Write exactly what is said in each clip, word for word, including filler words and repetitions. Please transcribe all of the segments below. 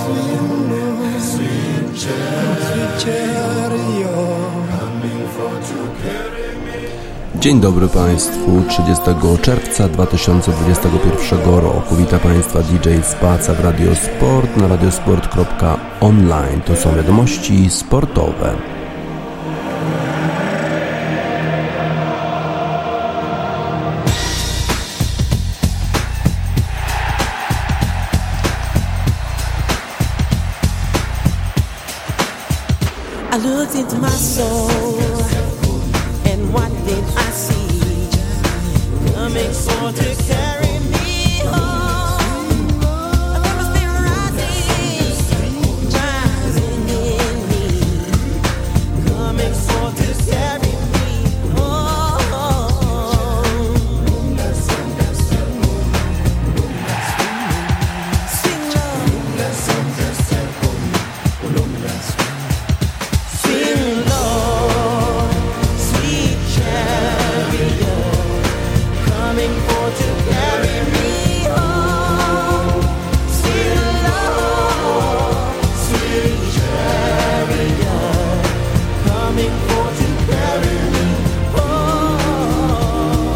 Dzień dobry Państwu, trzydziestego czerwca dwa tysiące dwudziestego pierwszego roku. Witam Państwa D J Spaca w Radiosport na radiosport kropka online. To są wiadomości sportowe. I looked into my soul, and what did I see? Coming for to carry me home. There must be rising, rising in me. Coming for to carry me home. Sing Sing Lord, sweet chariot, coming for to carry me home. Sing Lord, sweet chariot, coming for to carry me home.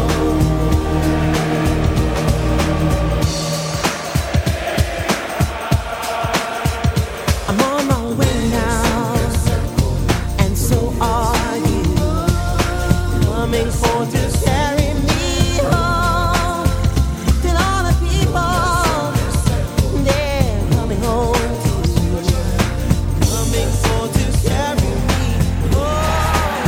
I'm on my way now, and so are you, coming for to carry me home. Till all the people, they're coming home too, coming for to carry me home.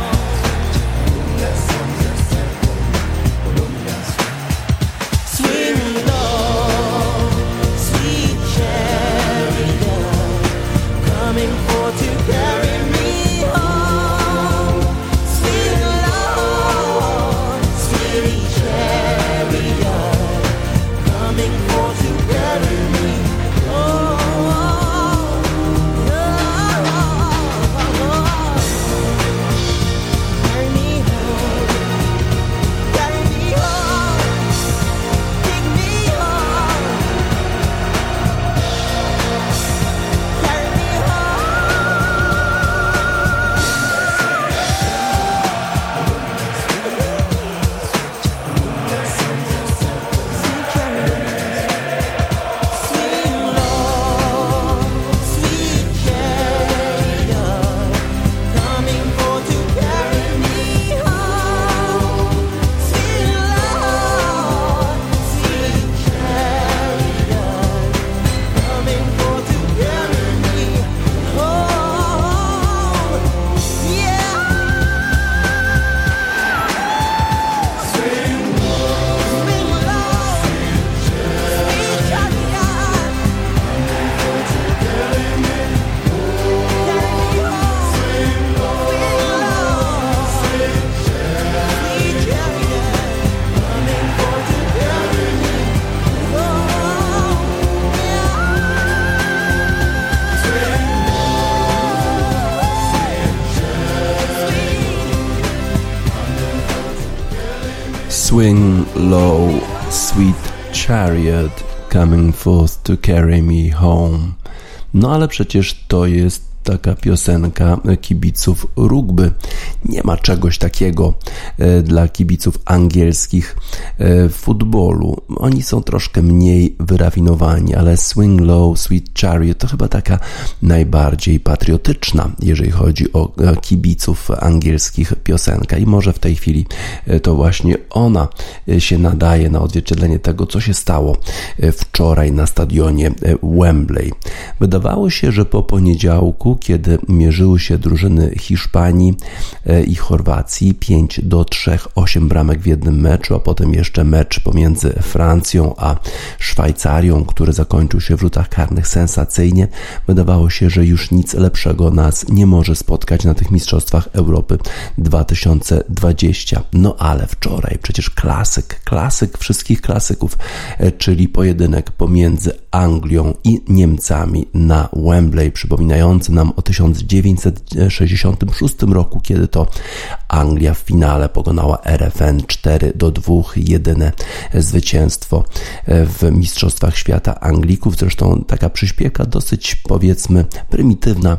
Swing low, sweet chariot, coming for to carry me home. Sing Lord, sweet chariot, coming for to carry me home. Carry me home, carry me home, take me home, carry me Swing low, sweet chariot, coming for to carry me home. Swing low, sweet chariot, coming for to carry me home. Yeah. Swing low, sweet chariot, carry me home. Swing low, sweet chariot, coming for to carry me home. Swing low, sweet chariot, coming forth to carry me home. No ale przecież to jest taka piosenka kibiców rugby. Nie ma czegoś takiego e, dla kibiców angielskich e, futbolu. Oni są troszkę mniej wyrafinowani, ale Swing Low, Sweet Chariot to chyba taka najbardziej patriotyczna, jeżeli chodzi o e, kibiców angielskich piosenka i może w tej chwili e, to właśnie ona e, się nadaje na odzwierciedlenie tego, co się stało e, wczoraj na stadionie e, Wembley. Wydawało się, że po poniedziałku, kiedy mierzyły się drużyny Hiszpanii i Chorwacji pięć do trzech, osiem bramek w jednym meczu, a potem jeszcze mecz pomiędzy Francją a Szwajcarią, który zakończył się w rzutach karnych sensacyjnie. Wydawało się, że już nic lepszego nas nie może spotkać na tych Mistrzostwach Europy dwa tysiące dwudziestego. No ale wczoraj przecież klasyk, klasyk wszystkich klasyków, czyli pojedynek pomiędzy Anglią i Niemcami na Wembley, przypominający nam Przypominam o tysiąc dziewięćset sześćdziesiątym szóstym roku, kiedy to Anglia w finale pokonała R F N cztery do dwóch, jedyne zwycięstwo w Mistrzostwach Świata Anglików. Zresztą taka przyśpiewka dosyć, powiedzmy, prymitywna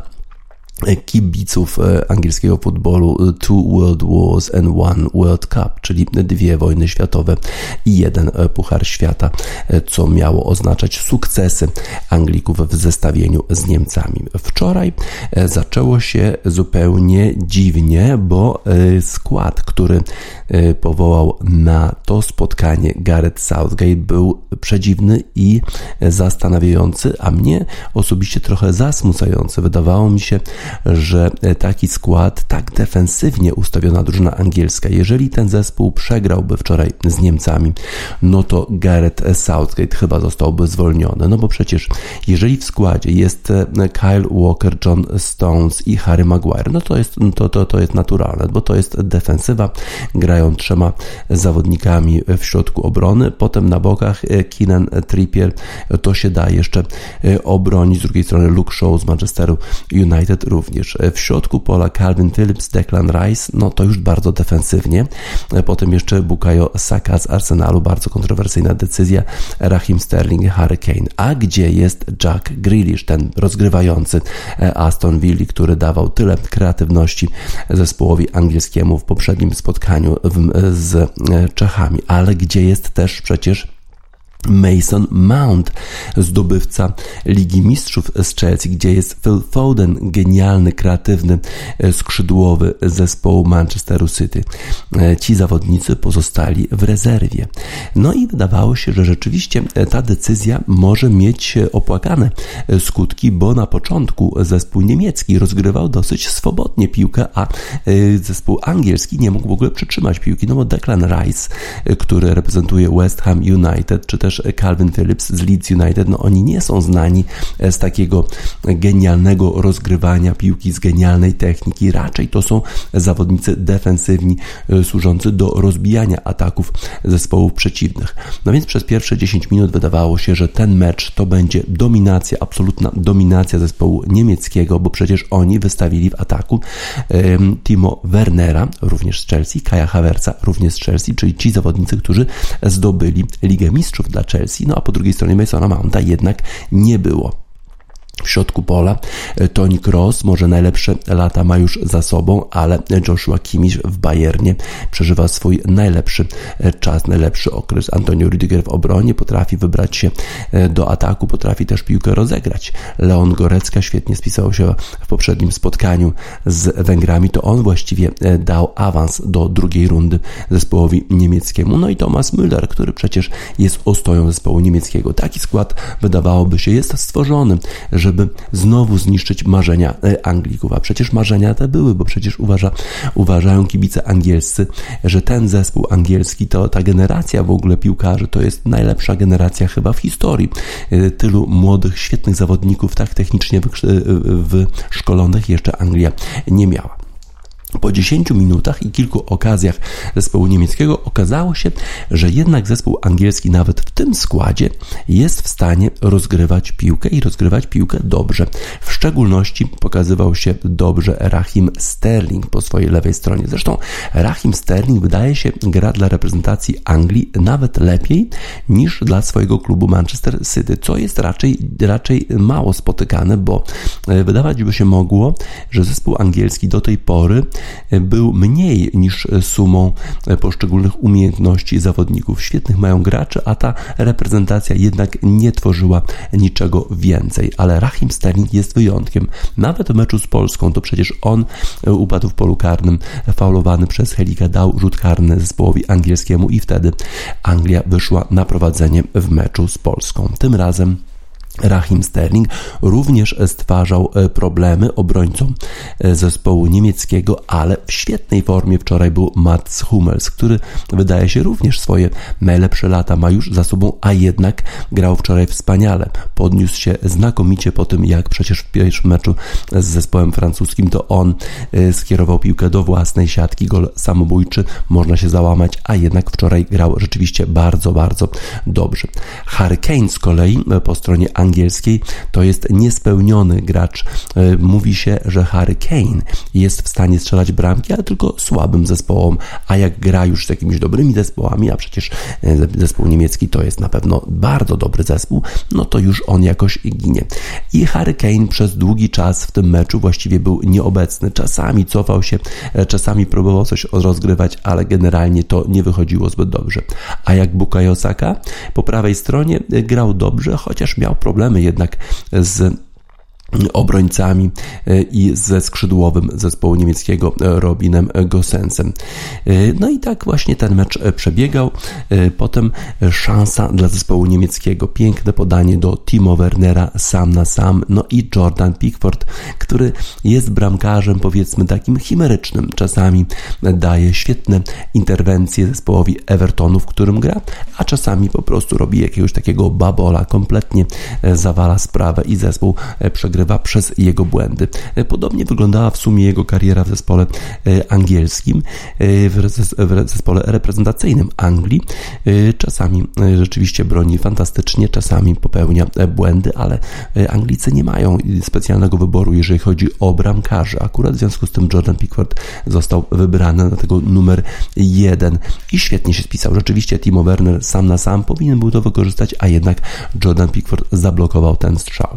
kibiców angielskiego futbolu: Two World Wars and One World Cup, czyli dwie wojny światowe i jeden Puchar Świata, co miało oznaczać sukcesy Anglików w zestawieniu z Niemcami. Wczoraj zaczęło się zupełnie dziwnie, bo skład, który powołał na to spotkanie Gareth Southgate, był przedziwny i zastanawiający, a mnie osobiście trochę zasmucający. Wydawało mi się, że taki skład, tak defensywnie ustawiona drużyna angielska, jeżeli ten zespół przegrałby wczoraj z Niemcami, no to Gareth Southgate chyba zostałby zwolniony, no bo przecież jeżeli w składzie jest Kyle Walker, John Stones i Harry Maguire, no to jest, to, to, to jest naturalne, bo to jest defensywa, grają trzema zawodnikami w środku obrony, potem na bokach Kieran Trippier, to się da jeszcze obronić, z drugiej strony Luke Shaw z Manchesteru United również. W środku pola Calvin Phillips, Declan Rice, no to już bardzo defensywnie. Potem jeszcze Bukayo Saka z Arsenalu, bardzo kontrowersyjna decyzja, Raheem Sterling, Harry Kane. A gdzie jest Jack Grealish, ten rozgrywający Aston Villa, który dawał tyle kreatywności zespołowi angielskiemu w poprzednim spotkaniu w, z Czechami? Ale gdzie jest też przecież Mason Mount, zdobywca Ligi Mistrzów z Chelsea, gdzie jest Phil Foden, genialny, kreatywny skrzydłowy zespołu Manchesteru City. Ci zawodnicy pozostali w rezerwie. No i wydawało się, że rzeczywiście ta decyzja może mieć opłakane skutki, bo na początku zespół niemiecki rozgrywał dosyć swobodnie piłkę, a zespół angielski nie mógł w ogóle przytrzymać piłki, no bo Declan Rice, który reprezentuje West Ham United, czy też Calvin Phillips z Leeds United, no oni nie są znani z takiego genialnego rozgrywania piłki, z genialnej techniki, raczej to są zawodnicy defensywni, służący do rozbijania ataków zespołów przeciwnych. No więc przez pierwsze dziesięć minut wydawało się, że ten mecz to będzie dominacja, absolutna dominacja zespołu niemieckiego, bo przecież oni wystawili w ataku um, Timo Wernera, również z Chelsea, Kaja Havertza, również z Chelsea, czyli ci zawodnicy, którzy zdobyli Ligę Mistrzów dla Chelsea, no a po drugiej stronie Masona Mounta jednak nie było. W środku pola Toni Kroos, może najlepsze lata ma już za sobą, ale Joshua Kimmich w Bayernie przeżywa swój najlepszy czas, najlepszy okres. Antonio Rüdiger w obronie potrafi wybrać się do ataku, potrafi też piłkę rozegrać. Leon Goretzka świetnie spisał się w poprzednim spotkaniu z Węgrami, to on właściwie dał awans do drugiej rundy zespołowi niemieckiemu. No i Thomas Müller, który przecież jest ostoją zespołu niemieckiego. Taki skład, wydawałoby się, jest stworzony, żeby znowu zniszczyć marzenia Anglików, a przecież marzenia te były, bo przecież uważa, uważają kibice angielscy, że ten zespół angielski, to ta generacja w ogóle piłkarzy, to jest najlepsza generacja chyba w historii. Tylu młodych, świetnych zawodników, tak technicznie wyszkolonych jeszcze Anglia nie miała. Po dziesięciu minutach i kilku okazjach zespołu niemieckiego okazało się, że jednak zespół angielski nawet w tym składzie jest w stanie rozgrywać piłkę i rozgrywać piłkę dobrze. W szczególności pokazywał się dobrze Raheem Sterling po swojej lewej stronie. Zresztą Raheem Sterling, wydaje się, gra dla reprezentacji Anglii nawet lepiej niż dla swojego klubu Manchester City, co jest raczej, raczej mało spotykane, bo wydawać by się mogło, że zespół angielski do tej pory był mniej niż sumą poszczególnych umiejętności zawodników. Świetnych mają graczy, a ta reprezentacja jednak nie tworzyła niczego więcej. Ale Raheem Sterling jest wyjątkiem. Nawet w meczu z Polską to przecież on upadł w polu karnym, faulowany przez Helika, dał rzut karny zespołowi angielskiemu i wtedy Anglia wyszła na prowadzenie w meczu z Polską. Tym razem Raheem Sterling również stwarzał problemy obrońcom zespołu niemieckiego, ale w świetnej formie wczoraj był Mats Hummels, który wydaje się również swoje najlepsze lata ma już za sobą, a jednak grał wczoraj wspaniale. Podniósł się znakomicie po tym, jak przecież w pierwszym meczu z zespołem francuskim to on skierował piłkę do własnej siatki, gol samobójczy, można się załamać, a jednak wczoraj grał rzeczywiście bardzo, bardzo dobrze. Harry Kane z kolei po stronie angielskiej to jest niespełniony gracz. Mówi się, że Harry Kane jest w stanie strzelać bramki, ale tylko słabym zespołom, a jak gra już z jakimiś dobrymi zespołami, a przecież zespół niemiecki to jest na pewno bardzo dobry zespół, no to już on jakoś ginie. I Harry Kane przez długi czas w tym meczu właściwie był nieobecny. Czasami cofał się, czasami próbował coś rozgrywać, ale generalnie to nie wychodziło zbyt dobrze. A jak Bukayo Saka po prawej stronie grał dobrze, chociaż miał problemy jednak z obrońcami i ze skrzydłowym zespołu niemieckiego Robinem Gosensem. No i tak właśnie ten mecz przebiegał. Potem szansa dla zespołu niemieckiego. Piękne podanie do Timo Wernera sam na sam. No i Jordan Pickford, który jest bramkarzem powiedzmy takim chimerycznym. Czasami daje świetne interwencje zespołowi Evertonu, w którym gra, a czasami po prostu robi jakiegoś takiego babola, kompletnie zawala sprawę i zespół przegrywa przez jego błędy. Podobnie wyglądała w sumie jego kariera w zespole angielskim, w zespole reprezentacyjnym Anglii. Czasami rzeczywiście broni fantastycznie, czasami popełnia błędy, ale Anglicy nie mają specjalnego wyboru, jeżeli chodzi o bramkarzy. Akurat w związku z tym Jordan Pickford został wybrany na tego numer jeden i świetnie się spisał. Rzeczywiście Timo Werner sam na sam powinien był to wykorzystać, a jednak Jordan Pickford zablokował ten strzał.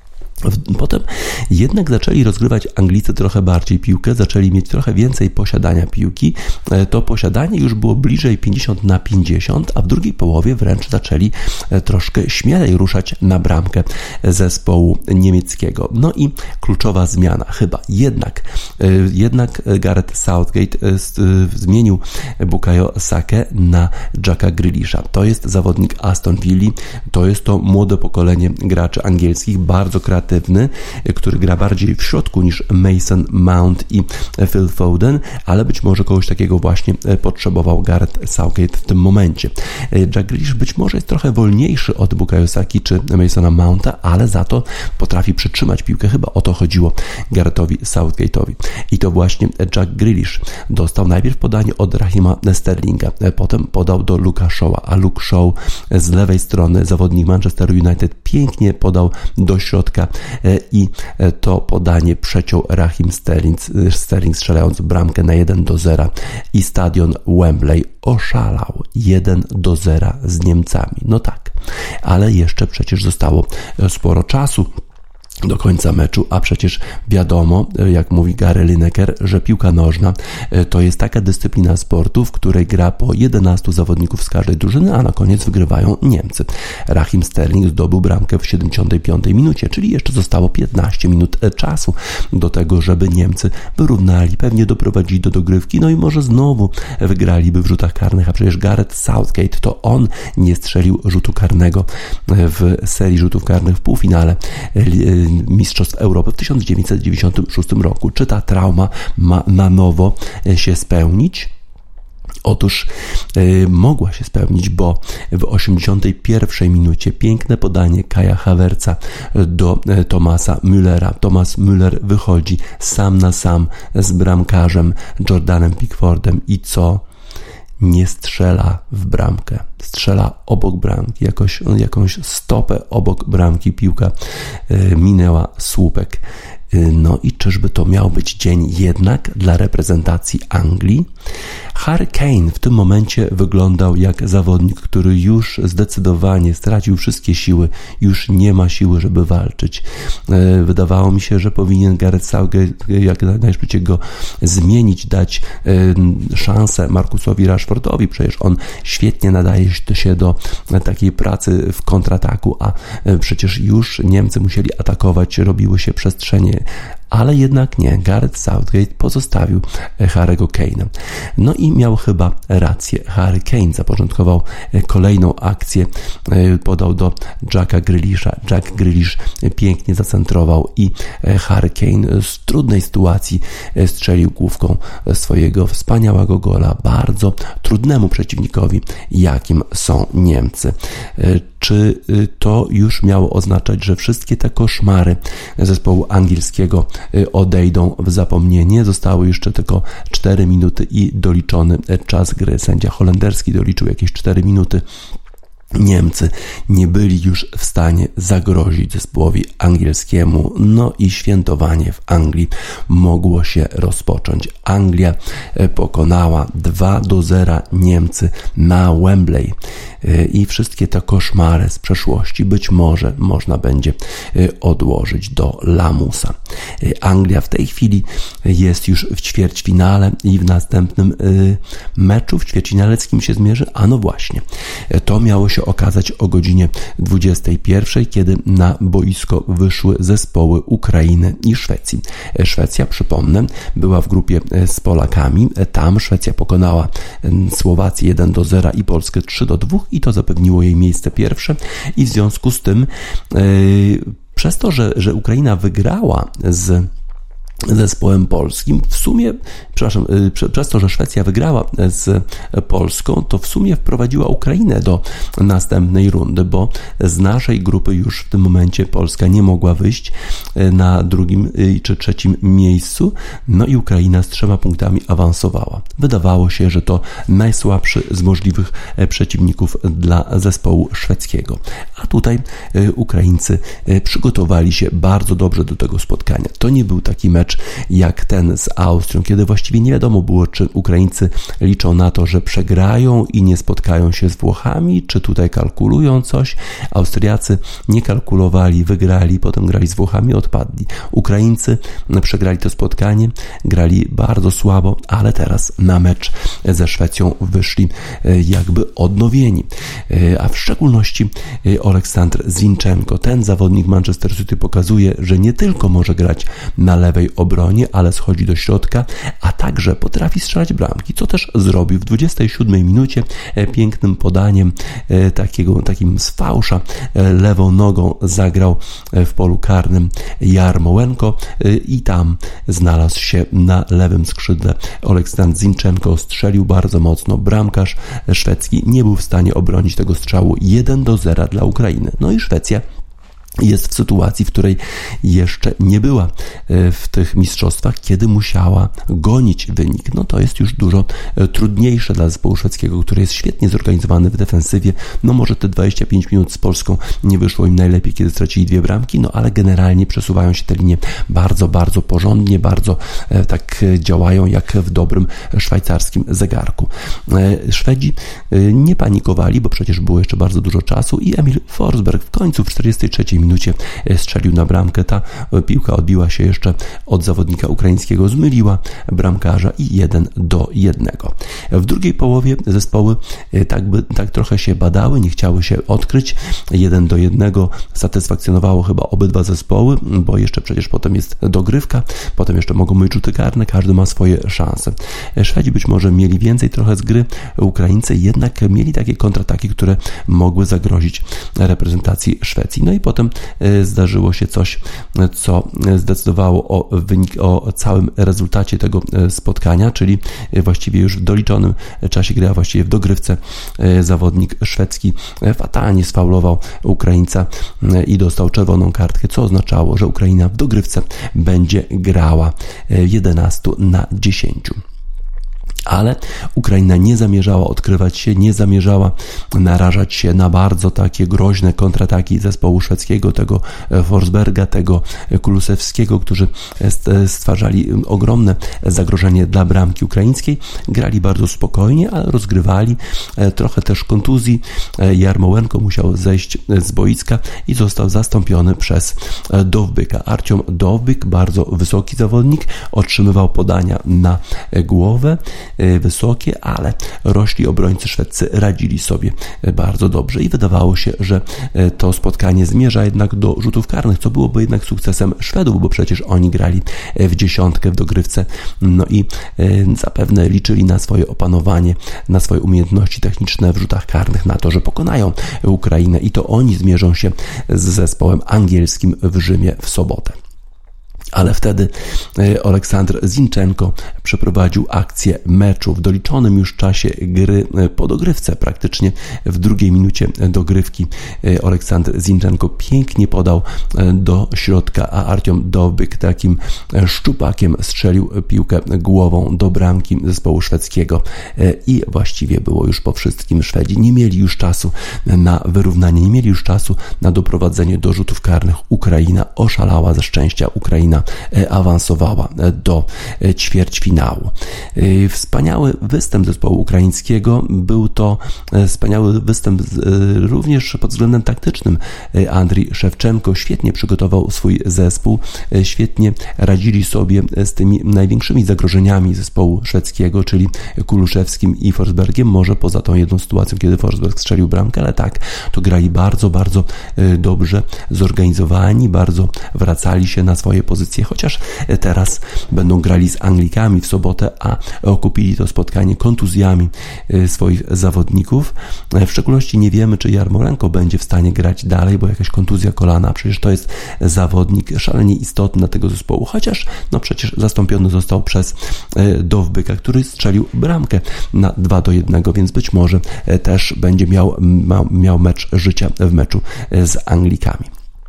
Potem jednak zaczęli rozgrywać Anglicy trochę bardziej piłkę, zaczęli mieć trochę więcej posiadania piłki. To posiadanie już było bliżej pięćdziesiąt na pięćdziesiąt, a w drugiej połowie wręcz zaczęli troszkę śmielej ruszać na bramkę zespołu niemieckiego. No i kluczowa zmiana chyba. Jednak, jednak Gareth Southgate zmienił Bukayo Sakę na Jacka Grealisha. To jest zawodnik Aston Villa, to jest to młode pokolenie graczy angielskich, bardzo kreatywnych, który gra bardziej w środku niż Mason Mount i Phil Foden, ale być może kogoś takiego właśnie potrzebował Gareth Southgate w tym momencie. Jack Grealish być może jest trochę wolniejszy od Bukayo Saki czy Masona Mounta, ale za to potrafi przytrzymać piłkę. Chyba o to chodziło Garethowi Southgate'owi. I to właśnie Jack Grealish dostał najpierw podanie od Rahima Sterlinga, potem podał do Luke'a Shaw'a, a Luke Shaw z lewej strony, zawodnik Manchester United, pięknie podał do środka i to podanie przeciął Raheem Sterling, Sterling strzelając bramkę na jeden do zera i stadion Wembley oszalał jeden do zera z Niemcami. No tak, ale jeszcze przecież zostało sporo czasu do końca meczu, a przecież wiadomo, jak mówi Gary Lineker, że piłka nożna to jest taka dyscyplina sportu, w której gra po jedenastu zawodników z każdej drużyny, a na koniec wygrywają Niemcy. Raheem Sterling zdobył bramkę w siedemdziesiątej piątej minucie, czyli jeszcze zostało piętnaście minut czasu do tego, żeby Niemcy wyrównali, pewnie doprowadzili do dogrywki, no i może znowu wygraliby w rzutach karnych, a przecież Gareth Southgate to on nie strzelił rzutu karnego w serii rzutów karnych w półfinale Mistrzostw Europy w tysiąc dziewięćset dziewięćdziesiątym szóstym roku. Czy ta trauma ma na nowo się spełnić? Otóż y, mogła się spełnić, bo w osiemdziesiątej pierwszej minucie piękne podanie Kaja Havertza do y, Thomasa Müllera. Thomas Müller wychodzi sam na sam z bramkarzem Jordanem Pickfordem i co? Nie strzela w bramkę. Strzela obok bramki, jakoś, jakąś stopę obok bramki, piłka y, minęła słupek. Y, no i czyżby to miał być dzień jednak dla reprezentacji Anglii? Harry Kane w tym momencie wyglądał jak zawodnik, który już zdecydowanie stracił wszystkie siły, już nie ma siły, żeby walczyć. Y, wydawało mi się, że powinien Gareth Southgate jak najszybciej go zmienić, dać y, szansę Marcusowi Rashfordowi, przecież on świetnie nadaje się do takiej pracy w kontrataku, a przecież już Niemcy musieli atakować, robiły się przestrzenie, ale jednak nie. Gareth Southgate pozostawił Harry'ego Kane'a. No i miał chyba rację. Harry Kane zapoczątkował kolejną akcję, podał do Jacka Grealisha. Jack Grealish pięknie zacentrował i Harry Kane z trudnej sytuacji strzelił główką swojego wspaniałego gola bardzo trudnemu przeciwnikowi, jakim są Niemcy. Czy to już miało oznaczać, że wszystkie te koszmary zespołu angielskiego odejdą w zapomnienie? Zostały jeszcze tylko cztery minuty i doliczony czas gry. Sędzia holenderski doliczył jakieś cztery minuty. Niemcy nie byli już w stanie zagrozić zespołowi angielskiemu, no i świętowanie w Anglii mogło się rozpocząć. Anglia pokonała dwa do zera Niemcy na Wembley i wszystkie te koszmary z przeszłości być może można będzie odłożyć do lamusa. Anglia w tej chwili jest już w ćwierćfinale i w następnym meczu w ćwierćfinale z kim się zmierzy? A no właśnie, to miało się okazać o godzinie dwudziestej pierwszej, kiedy na boisko wyszły zespoły Ukrainy i Szwecji. Szwecja, przypomnę, była w grupie z Polakami. Tam Szwecja pokonała Słowację jeden do zera i Polskę trzy do dwóch i to zapewniło jej miejsce pierwsze i w związku z tym yy, przez to, że, że Ukraina wygrała z zespołem polskim, w sumie, przepraszam, przez to, że Szwecja wygrała z Polską, to w sumie wprowadziła Ukrainę do następnej rundy, bo z naszej grupy już w tym momencie Polska nie mogła wyjść na drugim czy trzecim miejscu, no i Ukraina z trzema punktami awansowała. Wydawało się, że to najsłabszy z możliwych przeciwników dla zespołu szwedzkiego. A tutaj Ukraińcy przygotowali się bardzo dobrze do tego spotkania. To nie był taki mecz jak ten z Austrią, kiedy właściwie nie wiadomo było, czy Ukraińcy liczą na to, że przegrają i nie spotkają się z Włochami, czy tutaj kalkulują coś. Austriacy nie kalkulowali, wygrali, potem grali z Włochami, odpadli. Ukraińcy przegrali to spotkanie, grali bardzo słabo, ale teraz na mecz ze Szwecją wyszli jakby odnowieni. A w szczególności Oleksandr Zinchenko, ten zawodnik Manchester City, pokazuje, że nie tylko może grać na lewej obronie, ale schodzi do środka, a także potrafi strzelać bramki, co też zrobił w dwudziestej siódmej minucie pięknym podaniem takiego, takim z fałsza lewą nogą zagrał w polu karnym Jarmołenko i tam znalazł się na lewym skrzydle Oleksandr Zinchenko, strzelił bardzo mocno, bramkarz szwedzki nie był w stanie obronić tego strzału jeden do zera dla Ukrainy. No i Szwecja jest w sytuacji, w której jeszcze nie była w tych mistrzostwach, kiedy musiała gonić wynik. No to jest już dużo trudniejsze dla zespołu szwedzkiego, który jest świetnie zorganizowany w defensywie. No może te dwadzieścia pięć minut z Polską nie wyszło im najlepiej, kiedy stracili dwie bramki, no ale generalnie przesuwają się te linie bardzo, bardzo porządnie, bardzo e, tak działają jak w dobrym szwajcarskim zegarku. E, Szwedzi e, nie panikowali, bo przecież było jeszcze bardzo dużo czasu i Emil Forsberg w końcu w czterdziestej trzeciej minucie strzelił na bramkę. Ta piłka odbiła się jeszcze od zawodnika ukraińskiego, zmyliła bramkarza i jeden do jednego. W drugiej połowie zespoły tak, by, tak trochę się badały, nie chciały się odkryć. jeden do jednego satysfakcjonowało chyba obydwa zespoły, bo jeszcze przecież potem jest dogrywka, potem jeszcze mogą być rzuty karne, każdy ma swoje szanse. Szwedzi być może mieli więcej trochę z gry, Ukraińcy jednak mieli takie kontrataki, które mogły zagrozić reprezentacji Szwecji. No i potem zdarzyło się coś, co zdecydowało o wynik, o całym rezultacie tego spotkania, czyli właściwie już w doliczonym czasie gry, a właściwie w dogrywce zawodnik szwedzki fatalnie sfaulował Ukraińca i dostał czerwoną kartkę, co oznaczało, że Ukraina w dogrywce będzie grała jedenaście na dziesięć. Ale Ukraina nie zamierzała odkrywać się, nie zamierzała narażać się na bardzo takie groźne kontrataki zespołu szwedzkiego, tego Forsberga, tego Kulusewskiego, którzy stwarzali ogromne zagrożenie dla bramki ukraińskiej. Grali bardzo spokojnie, ale rozgrywali. Trochę też kontuzji. Jarmołenko musiał zejść z boiska i został zastąpiony przez Dovbyka. Artiom Dovbyk, bardzo wysoki zawodnik, otrzymywał podania na głowę, wysokie, ale rośli obrońcy szwedzcy radzili sobie bardzo dobrze i wydawało się, że to spotkanie zmierza jednak do rzutów karnych, co byłoby jednak sukcesem Szwedów, bo przecież oni grali w dziesiątkę w dogrywce, no i zapewne liczyli na swoje opanowanie, na swoje umiejętności techniczne w rzutach karnych, na to, że pokonają Ukrainę i to oni zmierzą się z zespołem angielskim w Rzymie w sobotę. Ale wtedy Oleksandr Zinchenko przeprowadził akcję meczu w doliczonym już czasie gry, po dogrywce praktycznie w drugiej minucie dogrywki. Oleksandr Zinchenko pięknie podał do środka, a Artiom Dowbyk takim szczupakiem strzelił piłkę głową do bramki zespołu szwedzkiego i właściwie było już po wszystkim. Szwedzi nie mieli już czasu na wyrównanie, nie mieli już czasu na doprowadzenie do rzutów karnych. Ukraina oszalała ze szczęścia. Ukraina awansowała do ćwierćfinału. Wspaniały występ zespołu ukraińskiego. Był to wspaniały występ również pod względem taktycznym. Andrii Szewczenko świetnie przygotował swój zespół, świetnie radzili sobie z tymi największymi zagrożeniami zespołu szwedzkiego, czyli Kuluszewskim i Forsbergiem. Może poza tą jedną sytuacją, kiedy Forsberg strzelił bramkę, ale tak, to grali bardzo, bardzo dobrze zorganizowani, bardzo wracali się na swoje pozycje, chociaż teraz będą grali z Anglikami w sobotę, a okupili to spotkanie kontuzjami swoich zawodników. W szczególności nie wiemy, czy Jarmolenko będzie w stanie grać dalej, bo jakaś kontuzja kolana, przecież to jest zawodnik szalenie istotny dla tego zespołu, chociaż no przecież zastąpiony został przez Dowbyka, który strzelił bramkę na dwa do jednego, więc być może też będzie miał, miał mecz życia w meczu z Anglikami.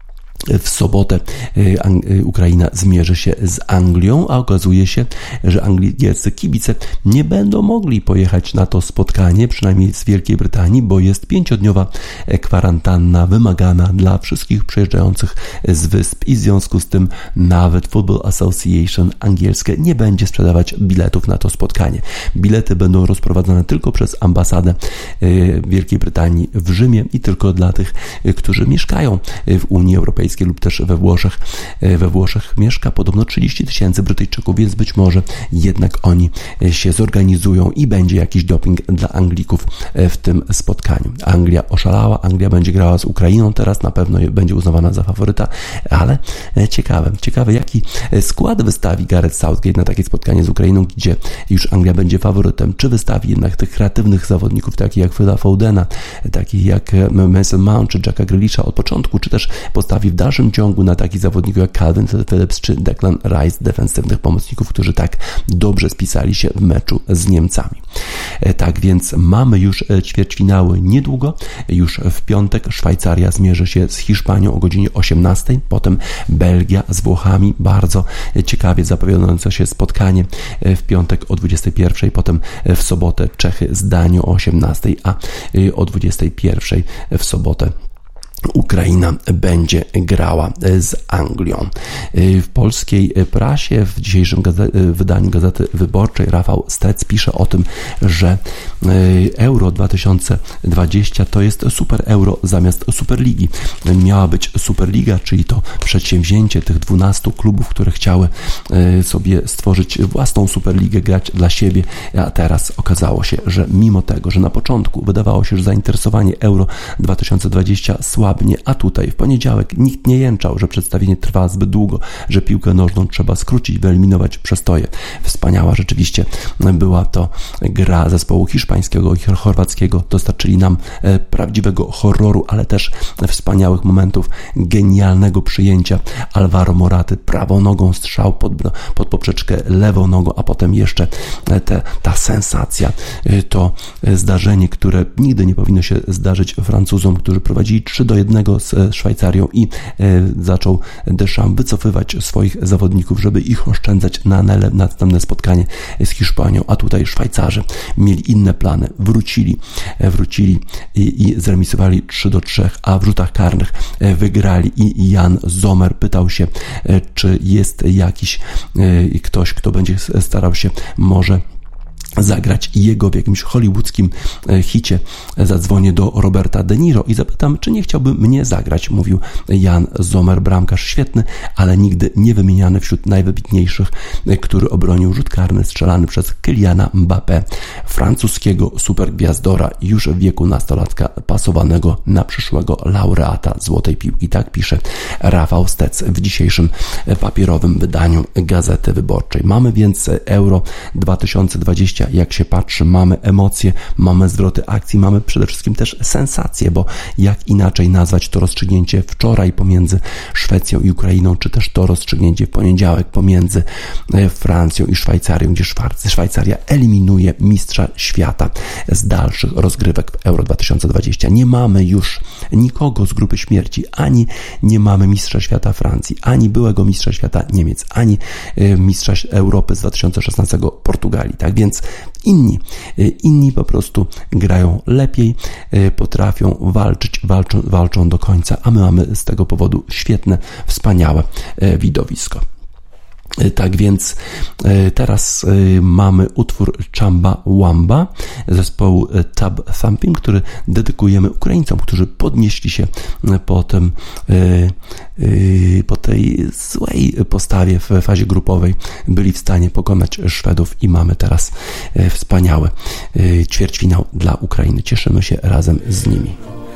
W sobotę Ukraina zmierzy się z Anglią, a okazuje się, że angielscy kibice nie będą mogli pojechać na to spotkanie, przynajmniej z Wielkiej Brytanii, bo jest pięciodniowa kwarantanna wymagana dla wszystkich przyjeżdżających z wysp i w związku z tym nawet Football Association angielskie nie będzie sprzedawać biletów na to spotkanie. Bilety będą rozprowadzane tylko przez ambasadę Wielkiej Brytanii w Rzymie i tylko dla tych, którzy mieszkają w Unii Europejskiej lub też we Włoszech. We Włoszech mieszka podobno trzydzieści tysięcy Brytyjczyków, więc być może jednak oni się zorganizują i będzie jakiś doping dla Anglików w tym spotkaniu. Anglia oszalała, Anglia będzie grała z Ukrainą, teraz na pewno będzie uznawana za faworyta, ale ciekawe, ciekawe jaki skład wystawi Gareth Southgate na takie spotkanie z Ukrainą, gdzie już Anglia będzie faworytem, czy wystawi jednak tych kreatywnych zawodników, takich jak Phila Fodena, takich jak Mason Mount czy Jacka Grealisha od początku, czy też postawi w dalszym ciągu na takich zawodników jak Calvin Phillips czy Declan Rice, defensywnych pomocników, którzy tak dobrze spisali się w meczu z Niemcami. Tak więc mamy już ćwierćfinały niedługo, już w piątek Szwajcaria zmierzy się z Hiszpanią o godzinie osiemnastej, potem Belgia z Włochami, bardzo ciekawie zapowiadające się spotkanie w piątek o dwudziestej pierwszej, potem w sobotę Czechy z Danią o osiemnastej, a o dwudziestej pierwszej w sobotę Ukraina będzie grała z Anglią. W polskiej prasie, w dzisiejszym gazety, wydaniu Gazety Wyborczej Rafał Stec pisze o tym, że Euro dwa tysiące dwadzieścia to jest super euro zamiast Superligi. Miała być Superliga, czyli to przedsięwzięcie tych dwunastu klubów, które chciały sobie stworzyć własną Superligę, grać dla siebie, a teraz okazało się, że mimo tego, że na początku wydawało się, że zainteresowanie Euro dwa tysiące dwadzieścia słabnie, a tutaj w poniedziałek nikt nie jęczał, że przedstawienie trwa zbyt długo, że piłkę nożną trzeba skrócić, wyeliminować przestoje. Wspaniała rzeczywiście była to gra zespołu hiszpańskiego i chorwackiego. Dostarczyli nam prawdziwego horroru, ale też wspaniałych momentów, genialnego przyjęcia Alvaro Moraty, prawą nogą strzał pod, pod poprzeczkę, lewą nogą, a potem jeszcze te, ta sensacja, to zdarzenie, które nigdy nie powinno się zdarzyć Francuzom, którzy prowadzili trzy do jednego z Szwajcarią i zaczął Deschamps wycofywać swoich zawodników, żeby ich oszczędzać na następne spotkanie z Hiszpanią, a tutaj Szwajcarzy mieli inne plany, wrócili, wrócili i, i zremisowali trzy do trzech, a w rzutach karnych wygrali i Jan Sommer pytał się, czy jest jakiś ktoś, kto będzie starał się może zagrać jego w jakimś hollywoodzkim hicie. Zadzwonię do Roberta De Niro i zapytam, czy nie chciałby mnie zagrać, mówił Jan Sommer, bramkarz świetny, ale nigdy nie wymieniany wśród najwybitniejszych, który obronił rzut karny strzelany przez Kyliana Mbappé, francuskiego supergwiazdora już w wieku nastolatka, pasowanego na przyszłego laureata Złotej Piłki. Tak pisze Rafał Stec w dzisiejszym papierowym wydaniu Gazety Wyborczej. Mamy więc Euro dwa tysiące dwadzieścia Jak się patrzy, mamy emocje, mamy zwroty akcji, mamy przede wszystkim też sensacje, bo jak inaczej nazwać to rozstrzygnięcie wczoraj pomiędzy Szwecją i Ukrainą, czy też to rozstrzygnięcie w poniedziałek pomiędzy Francją i Szwajcarią, gdzie Szwajcaria eliminuje mistrza świata z dalszych rozgrywek w Euro dwa tysiące dwadzieścia. Nie mamy już nikogo z grupy śmierci, ani nie mamy mistrza świata Francji, ani byłego mistrza świata Niemiec, ani mistrza Europy z dwa tysiące szesnastego Portugalii. Tak więc inni, inni po prostu grają lepiej, potrafią walczyć, walczą, walczą do końca, a my mamy z tego powodu świetne, wspaniałe widowisko. Tak więc teraz mamy utwór Chamba Wamba zespołu Tub Thumping, który dedykujemy Ukraińcom, którzy podnieśli się po tym, po tej złej postawie w fazie grupowej, byli w stanie pokonać Szwedów i mamy teraz wspaniały ćwierćfinał dla Ukrainy. Cieszymy się razem z nimi.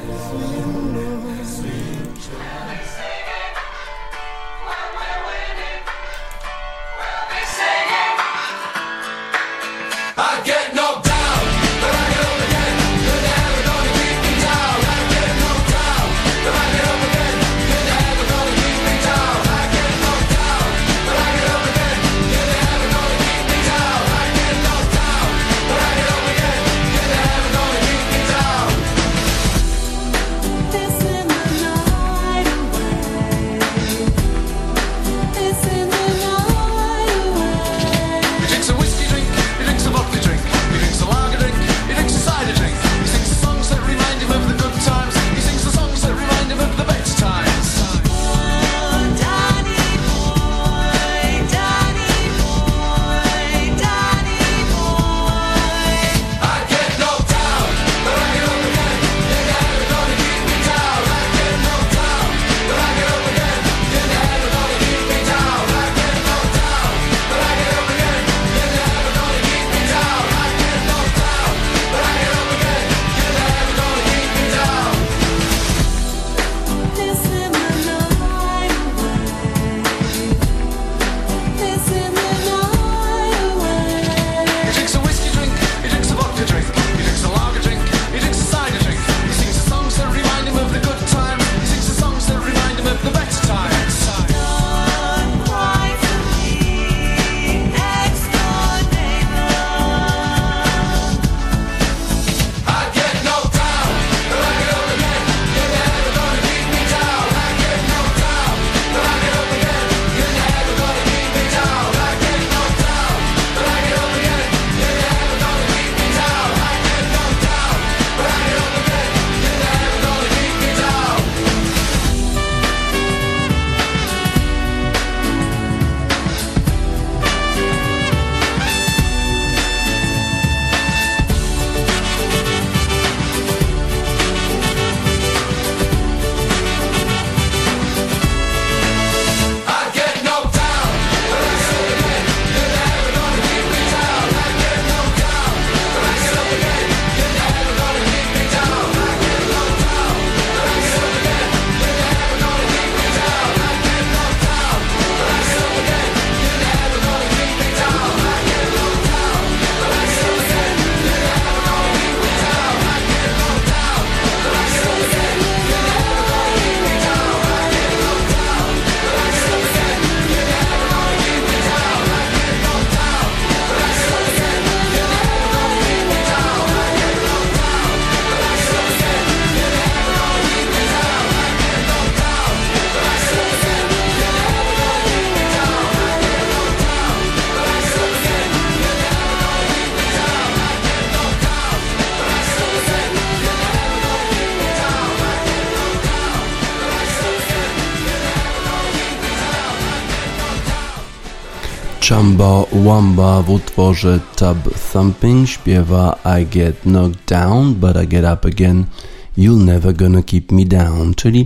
Chamba Wamba w utworze Tub Thumping śpiewa I get knocked down, but I get up again. You're never gonna keep me down, czyli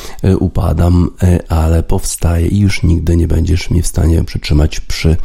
upadam, ale powstaję i już nigdy nie będziesz mnie w stanie przytrzymać przy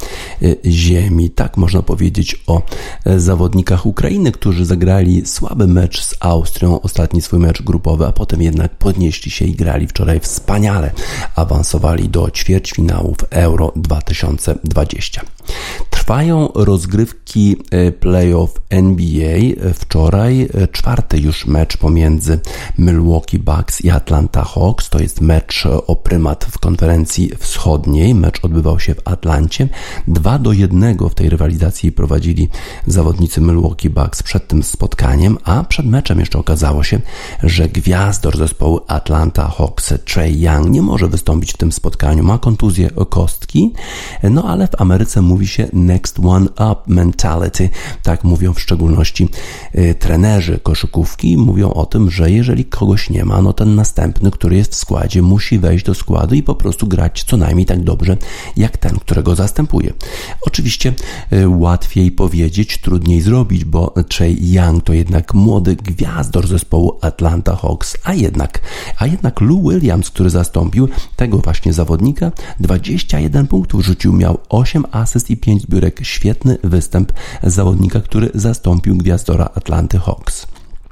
ziemi. Tak można powiedzieć o zawodnikach Ukrainy, którzy zagrali słaby mecz z Austrią, ostatni swój mecz grupowy, a potem jednak podnieśli się i grali wczoraj wspaniale. Awansowali do ćwierćfinałów Euro dwa tysiące dwadzieścia. Trwa Trwają rozgrywki playoff N B A. Wczoraj czwarty już mecz pomiędzy Milwaukee Bucks i Atlanta Hawks. To jest mecz o prymat w konferencji wschodniej. Mecz odbywał się w Atlancie. dwa do jednego w tej rywalizacji prowadzili zawodnicy Milwaukee Bucks przed tym spotkaniem, a przed meczem jeszcze okazało się, że gwiazdor zespołu Atlanta Hawks Trae Young nie może wystąpić w tym spotkaniu. Ma kontuzję kostki, no ale w Ameryce mówi się next one up mentality. Tak mówią w szczególności y, trenerzy koszykówki. Mówią o tym, że jeżeli kogoś nie ma, no ten następny, który jest w składzie, musi wejść do składu i po prostu grać co najmniej tak dobrze, jak ten, którego zastępuje. Oczywiście y, łatwiej powiedzieć, trudniej zrobić, bo Trae Young to jednak młody gwiazdor zespołu Atlanta Hawks, a jednak, a jednak Lou Williams, który zastąpił tego właśnie zawodnika, dwadzieścia jeden punktów rzucił, miał osiem asyst i pięć zbiórek. Świetny występ zawodnika, który zastąpił gwiazdora Atlanty Hawks.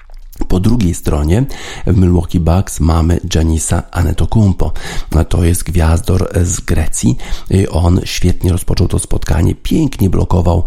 Po drugiej stronie w Milwaukee Bucks mamy Giannisa Antetokounmpo. To jest gwiazdor z Grecji. On świetnie rozpoczął to spotkanie, pięknie blokował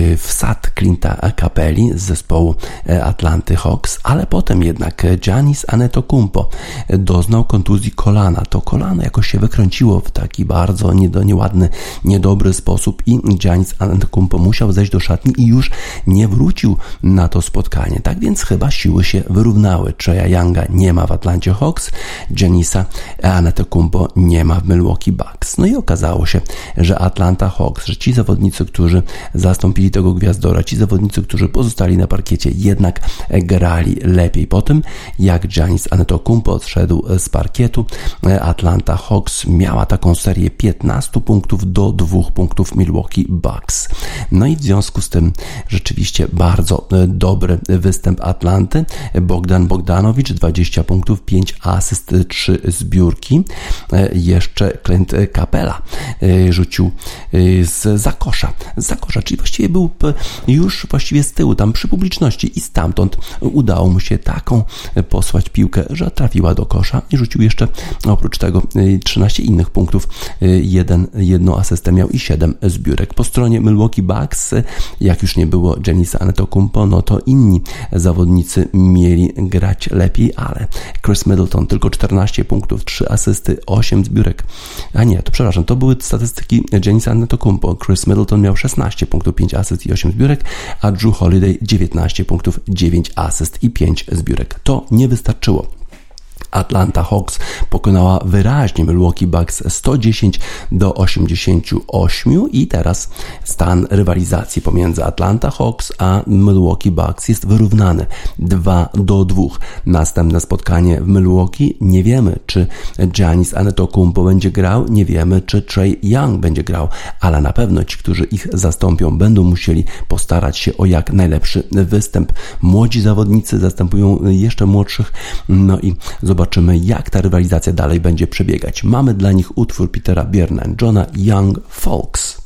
wsad Clint'a Capelli z zespołu Atlanty Hawks, ale potem jednak Giannis Antetokounmpo doznał kontuzji kolana. To kolano jakoś się wykręciło w taki bardzo nieładny, niedobry sposób i Giannis Antetokounmpo musiał zejść do szatni i już nie wrócił na to spotkanie. Tak więc chyba siły się wyrównały. Trae'a Younga nie ma w Atlancie Hawks, Giannisa Antetokounmpo nie ma w Milwaukee Bucks. No i okazało się, że Atlanta Hawks, że ci zawodnicy, którzy zastąpili tego gwiazdora, ci zawodnicy, którzy pozostali na parkiecie, jednak grali lepiej. Po tym, jak Giannis Antetokounmpo odszedł z parkietu, Atlanta Hawks miała taką serię piętnastu punktów do dwóch punktów Milwaukee Bucks. No i w związku z tym rzeczywiście bardzo dobry występ Atlanty. Bogdan Bogdanowicz, dwadzieścia punktów, pięć asyst, trzy zbiórki. Jeszcze Clint Capela rzucił z za kosza, z za kosza, czyli właściwie był już właściwie z tyłu, tam przy publiczności i stamtąd udało mu się taką posłać piłkę, że trafiła do kosza i rzucił jeszcze oprócz tego trzynaście innych punktów, jeden, jedną asystę miał i siedem zbiórek. Po stronie Milwaukee Bucks, jak już nie było Giannisa Antetokounmpo, no to inni zawodnicy mieli grać lepiej, ale Chris Middleton tylko czternaście punktów, trzy asysty, osiem zbiórek. A nie, to przepraszam, to były statystyki Giannisa Antetokounmpo. Chris Middleton miał szesnaście punktów, pięć asyst i osiem zbiórek, a Drew Holiday dziewiętnaście punktów, dziewięć asyst i pięć zbiórek. To nie wystarczyło. Atlanta Hawks pokonała wyraźnie Milwaukee Bucks sto dziesięć do osiemdziesięciu ośmiu i teraz stan rywalizacji pomiędzy Atlanta Hawks a Milwaukee Bucks jest wyrównany dwa do dwóch. Następne spotkanie w Milwaukee, nie wiemy, czy Giannis Antetokounmpo będzie grał, nie wiemy, czy Trae Young będzie grał, ale na pewno ci, którzy ich zastąpią, będą musieli postarać się o jak najlepszy występ. Młodzi zawodnicy zastępują jeszcze młodszych, no i zobaczymy, jak ta rywalizacja dalej będzie przebiegać. Mamy dla nich utwór Petera Bierna and Johna, Young Folks.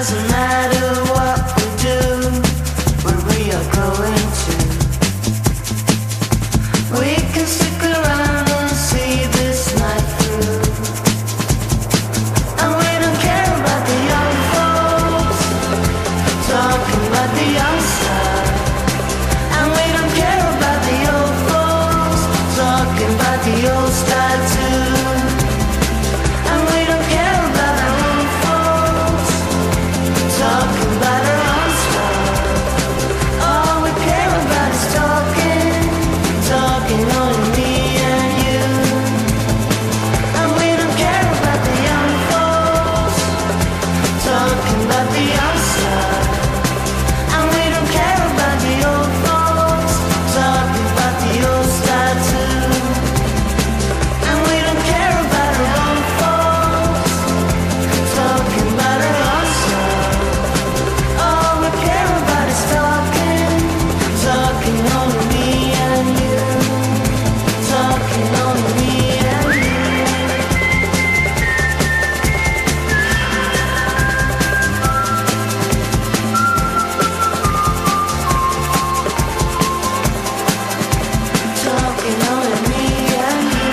doesn't matter what we do, where we are going to. We can stick around and see this night through. And we don't care about the young folks talking about the young side. And we don't care about the old folks talking about the old style too. And we don't care about our own folks talking about our own style. All we care about is talking, talking only me and you. And we don't care about the young folks talking about the young style. And we don't care about the old folks talking about the old style too. And we don't care about our own folks talking about our own style. All we care about is talking, talking only me and you. Talking only me and you. Talking only me and you.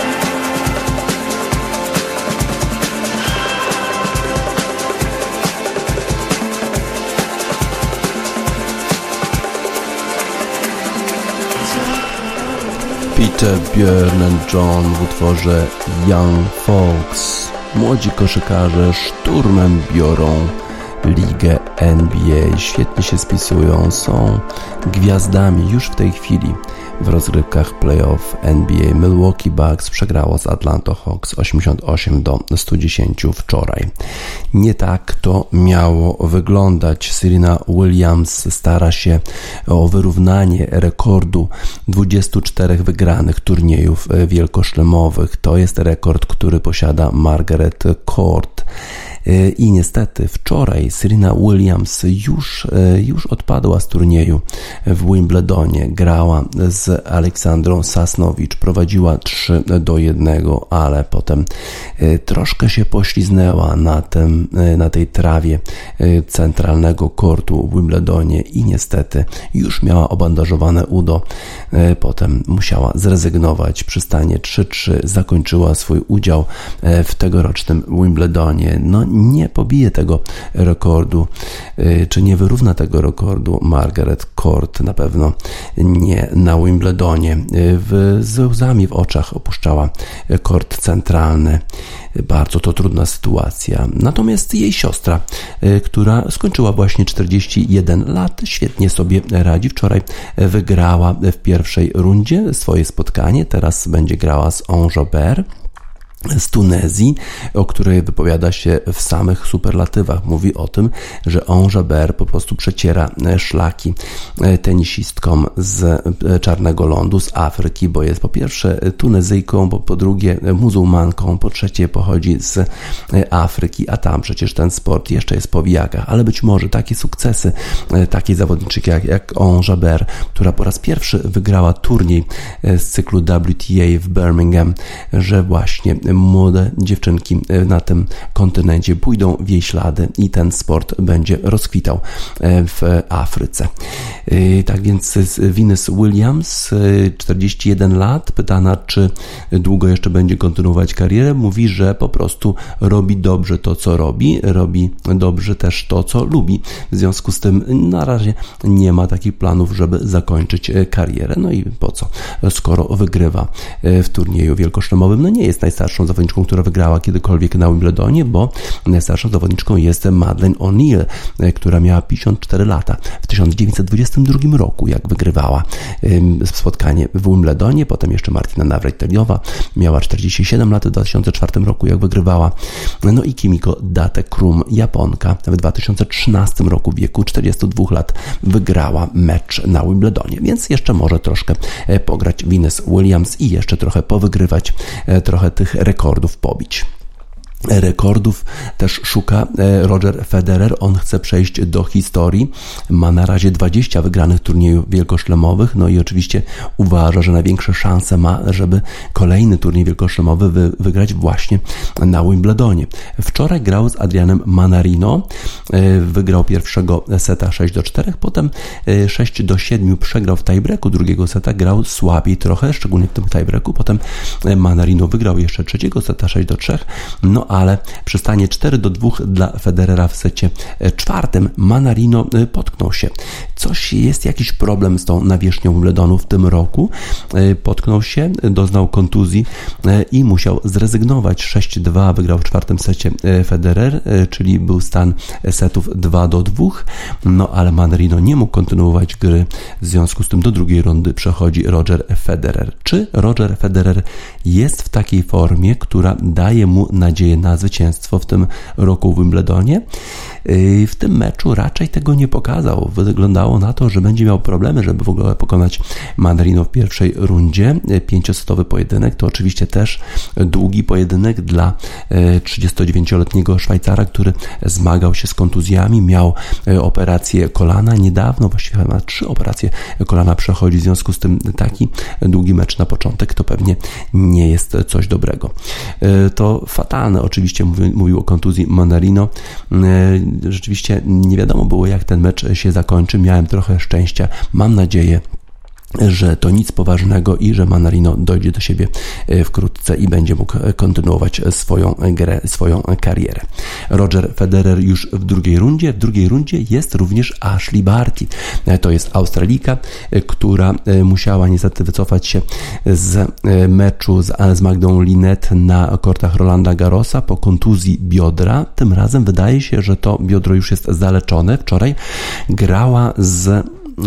Peter, Björn and John w utworze Young Folks. Młodzi koszykarze szturmem biorą ligę N B A. Świetnie się spisują, są gwiazdami już w tej chwili w rozgrywkach playoff N B A. Milwaukee Bucks przegrało z Atlanta Hawks osiemdziesiąt osiem do stu dziesięciu wczoraj. Nie tak to miało wyglądać. Serena Williams stara się o wyrównanie rekordu dwudziestu czterech wygranych turniejów wielkoszlemowych. To jest rekord, który posiada Margaret Court. I niestety wczoraj Serena Williams już, już odpadła z turnieju w Wimbledonie. Grała z Aleksandrą Sasnowicz, prowadziła trzy do jednego, ale potem troszkę się pośliznęła na, tym, na tej trawie centralnego kortu w Wimbledonie i niestety już miała obandażowane udo. Potem musiała zrezygnować. Przy stanie trzy trzy zakończyła swój udział w tegorocznym Wimbledonie. No nie pobije tego rekordu, czy nie wyrówna tego rekordu Margaret Court, na pewno nie na Wimbledonie. W, z łzami w oczach opuszczała kort centralny. Bardzo to trudna sytuacja. Natomiast jej siostra, która skończyła właśnie czterdzieści jeden lat, świetnie sobie radzi. Wczoraj wygrała w pierwszej rundzie swoje spotkanie, teraz będzie grała z Ons Jabeur z Tunezji, o której wypowiada się w samych superlatywach. Mówi o tym, że Ons Jabeur po prostu przeciera szlaki tenisistkom z Czarnego Lądu, z Afryki, bo jest po pierwsze Tunezyjką, bo po drugie muzułmanką, po trzecie pochodzi z Afryki, a tam przecież ten sport jeszcze jest po wijakach. Ale być może takie sukcesy takiej zawodniczki jak, jak Ons Jabeur, która po raz pierwszy wygrała turniej z cyklu W T A w Birmingham, że właśnie młode dziewczynki na tym kontynencie pójdą w jej ślady i ten sport będzie rozkwitał w Afryce. Tak więc Venus Williams, czterdzieści jeden lat, pytana, czy długo jeszcze będzie kontynuować karierę, mówi, że po prostu robi dobrze to, co robi, robi dobrze też to, co lubi. W związku z tym na razie nie ma takich planów, żeby zakończyć karierę. No i po co, skoro wygrywa w turnieju wielkoszlemowym? No nie jest najstarszą zawodniczką, która wygrała kiedykolwiek na Wimbledonie, bo najstarszą zawodniczką jest Madeleine O'Neal, która miała pięćdziesiąt cztery lata w tysiąc dziewięćset dwudziestym drugim roku, jak wygrywała spotkanie w Wimbledonie. Potem jeszcze Martina Navratilova miała czterdzieści siedem lat w dwa tysiące czwartym roku, jak wygrywała. No i Kimiko Date-Krum, Japonka, w dwa tysiące trzynastym roku w wieku czterdziestu dwóch lat wygrała mecz na Wimbledonie, więc jeszcze może troszkę pograć Venus Williams i jeszcze trochę powygrywać, trochę tych rekordów pobić. Rekordów też szuka Roger Federer. On chce przejść do historii. Ma na razie dwadzieścia wygranych turniejów wielkoszlemowych, no i oczywiście uważa, że największe szanse ma, żeby kolejny turniej wielkoszlemowy wy, wygrać właśnie na Wimbledonie. Wczoraj grał z Adrianem Mannarino, wygrał pierwszego seta sześć do czterech, potem sześć do siedmiu przegrał w tiebreaku drugiego seta, grał słabiej trochę, szczególnie w tym tiebreaku, potem Mannarino wygrał jeszcze trzeciego seta sześć do trzech, no ale przy stanie cztery do dwóch dla Federera w secie czwartym Mannarino potknął się. Coś jest, jakiś problem z tą nawierzchnią Wimbledonu w tym roku. Potknął się, doznał kontuzji i musiał zrezygnować. sześć dwa wygrał w czwartym secie Federer, czyli był stan setów dwa do dwóch, no ale Mannarino nie mógł kontynuować gry, w związku z tym do drugiej rundy przechodzi Roger Federer. Czy Roger Federer jest w takiej formie, która daje mu nadzieję na zwycięstwo w tym roku w Wimbledonie? W tym meczu raczej tego nie pokazał. Wyglądało na to, że będzie miał problemy, żeby w ogóle pokonać Mannarino w pierwszej rundzie. Pięciosetowy pojedynek to oczywiście też długi pojedynek dla trzydziestodziewięcioletniego Szwajcara, który zmagał się z kontuzjami, miał operację kolana niedawno, właściwie ma trzy operacje kolana przechodzi, w związku z tym taki długi mecz na początek to pewnie nie jest coś dobrego. To fatalne oczywiście, mówił, mówił o kontuzji Mannarino. Rzeczywiście nie wiadomo było, jak ten mecz się zakończy. Miałem trochę szczęścia. Mam nadzieję, że to nic poważnego i że Mannarino dojdzie do siebie wkrótce i będzie mógł kontynuować swoją grę, swoją karierę. Roger Federer już w drugiej rundzie. W drugiej rundzie jest również Ashley Barty. To jest Australijka, która musiała niestety wycofać się z meczu z, z Magdą Linette na kortach Rolanda Garrosa po kontuzji biodra. Tym razem wydaje się, że to biodro już jest zaleczone. Wczoraj grała z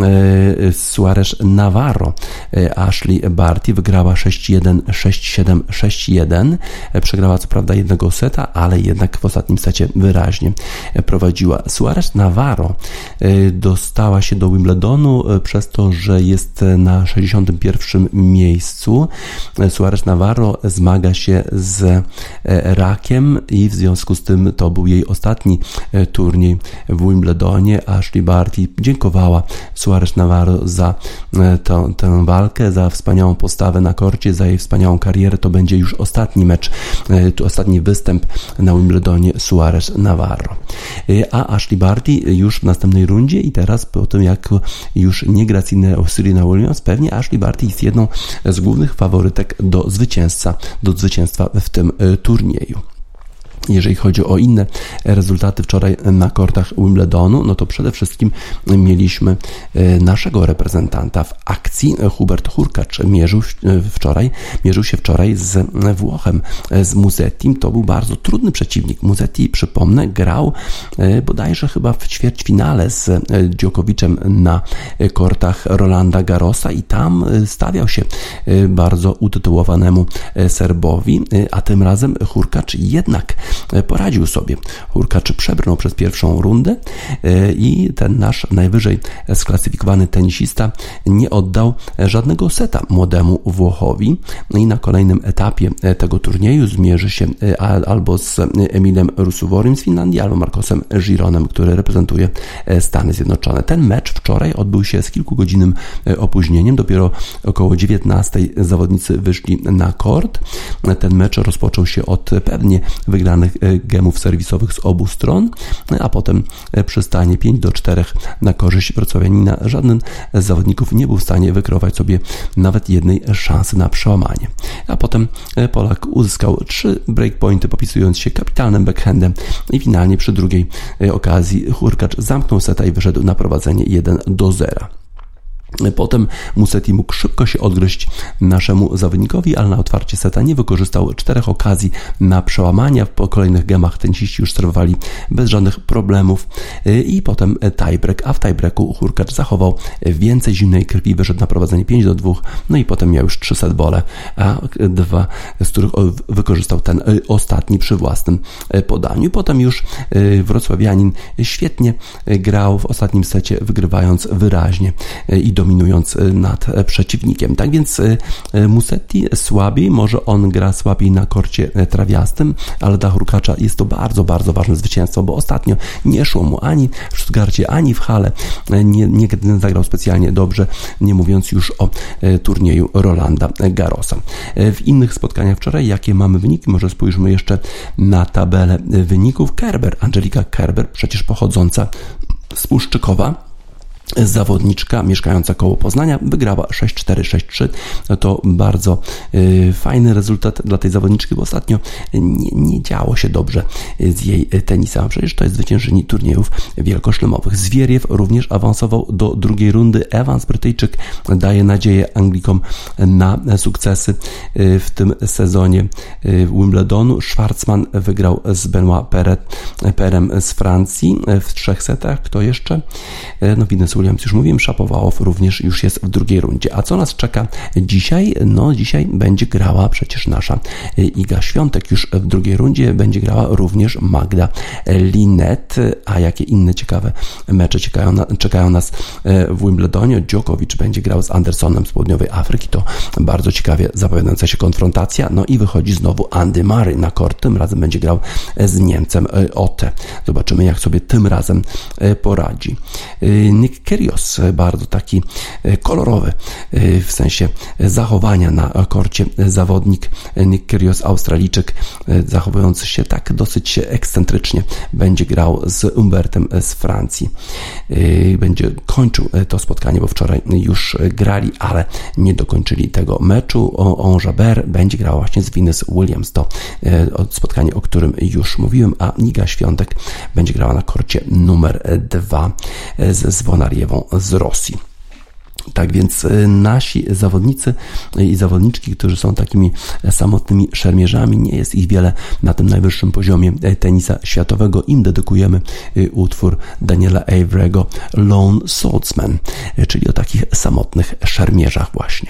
Suarez Navarro. Ashley Barty wygrała sześć jeden, sześć siedem, sześć jeden. Przegrała co prawda jednego seta, ale jednak w ostatnim secie wyraźnie prowadziła. Suarez Navarro dostała się do Wimbledonu przez to, że jest na sześćdziesiątym pierwszym miejscu. Suarez Navarro zmaga się z rakiem i w związku z tym to był jej ostatni turniej w Wimbledonie. Ashley Barty dziękowała Suarez Navarro za tę, tę walkę, za wspaniałą postawę na korcie, za jej wspaniałą karierę. To będzie już ostatni mecz, to ostatni występ na Wimbledonie Suarez Navarro. A Ashley Barty już w następnej rundzie i teraz po tym, jak już nie gra Serena Williams, pewnie Ashley Barty jest jedną z głównych faworytek do zwycięstwa, do zwycięstwa w tym turnieju. Jeżeli chodzi o inne rezultaty wczoraj na kortach Wimbledonu, no to przede wszystkim mieliśmy naszego reprezentanta w akcji. Hubert Hurkacz mierzył wczoraj, mierzył się wczoraj z Włochem, z Musettim. To był bardzo trudny przeciwnik. Musetti, przypomnę, grał bodajże chyba w ćwierćfinale z Djokovicem na kortach Rolanda Garrosa i tam stawiał się bardzo utytułowanemu Serbowi, a tym razem Hurkacz jednak poradził sobie. Hurkacz przebrnął przez pierwszą rundę i ten nasz najwyżej sklasyfikowany tenisista nie oddał żadnego seta młodemu Włochowi i na kolejnym etapie tego turnieju zmierzy się albo z Emilem Rusuvorym z Finlandii, albo Marcosem Gironem, który reprezentuje Stany Zjednoczone. Ten mecz wczoraj odbył się z kilkugodzinnym opóźnieniem. Dopiero około dziewiętnastej zawodnicy wyszli na kort. Ten mecz rozpoczął się od pewnie wygranych gemów serwisowych z obu stron, a potem przy stanie pięć do czterech na korzyść wrocławianina żaden z zawodników nie był w stanie wykreować sobie nawet jednej szansy na przełamanie. A potem Polak uzyskał trzy breakpointy, popisując się kapitalnym backhandem i finalnie przy drugiej okazji Hurkacz zamknął seta i wyszedł na prowadzenie jeden do zera. Potem Musetti mógł szybko się odgryźć naszemu zawodnikowi, ale na otwarcie seta nie wykorzystał czterech okazji na przełamania. Po kolejnych gemach tenisiści już serwowali bez żadnych problemów i potem tiebreak, a w tiebreaku Hurkacz zachował więcej zimnej krwi, wyszedł na prowadzenie pięć do dwóch, no i potem miał już trzy set bole, a dwa, z których wykorzystał ten ostatni przy własnym podaniu. Potem już wrocławianin świetnie grał w ostatnim secie, wygrywając wyraźnie i do dominując nad przeciwnikiem. Tak więc Musetti słabiej, może on gra słabiej na korcie trawiastym, ale dla Hurkacza jest to bardzo, bardzo ważne zwycięstwo, bo ostatnio nie szło mu ani w Stuttgarcie, ani w Halle. Nie, nie zagrał specjalnie dobrze, nie mówiąc już o turnieju Rolanda Garrosa. W innych spotkaniach wczoraj, jakie mamy wyniki? Może spójrzmy jeszcze na tabelę wyników. Kerber, Angelika Kerber, przecież pochodząca z Puszczykowa, zawodniczka mieszkająca koło Poznania, wygrała sześć cztery, sześć trzy. To bardzo y, fajny rezultat dla tej zawodniczki, bo ostatnio nie, nie działo się dobrze z jej tenisem. Przecież to jest zwyciężczyni turniejów wielkoszlemowych. Zwieriew również awansował do drugiej rundy. Evans, Brytyjczyk, daje nadzieję Anglikom na sukcesy y, w tym sezonie y, Wimbledonu. Schwarzman wygrał z Benoit Pairem z Francji w trzech setach. Kto jeszcze? Y, no Venus Williams już mówiłem, Szapowałow również już jest w drugiej rundzie. A co nas czeka dzisiaj? No dzisiaj będzie grała przecież nasza Iga Świątek już w drugiej rundzie, będzie grała również Magda Linette. A jakie inne ciekawe mecze czekają, na, czekają nas w Wimbledonie? Djokovic będzie grał z Andersonem z Południowej Afryki, to bardzo ciekawie zapowiadająca się konfrontacja. No i wychodzi znowu Andy Murray na kort, tym razem będzie grał z Niemcem Otte. Zobaczymy, jak sobie tym razem poradzi. Nick Kyrgios, bardzo taki kolorowy w sensie zachowania na korcie zawodnik. Nick Kyrgios, Australijczyk, zachowujący się tak dosyć ekscentrycznie, będzie grał z Umbertem z Francji. Będzie kończył to spotkanie, bo wczoraj już grali, ale nie dokończyli tego meczu. On Jabeur będzie grał właśnie z Venus Williams. To spotkanie, o którym już mówiłem, a Iga Świątek będzie grała na korcie numer dwa z Zwonariewą z Rosji. Tak więc nasi zawodnicy i zawodniczki, którzy są takimi samotnymi szermierzami, nie jest ich wiele na tym najwyższym poziomie tenisa światowego. Im dedykujemy utwór Daniela Avery'ego Lone Swordsman, czyli o takich samotnych szermierzach właśnie.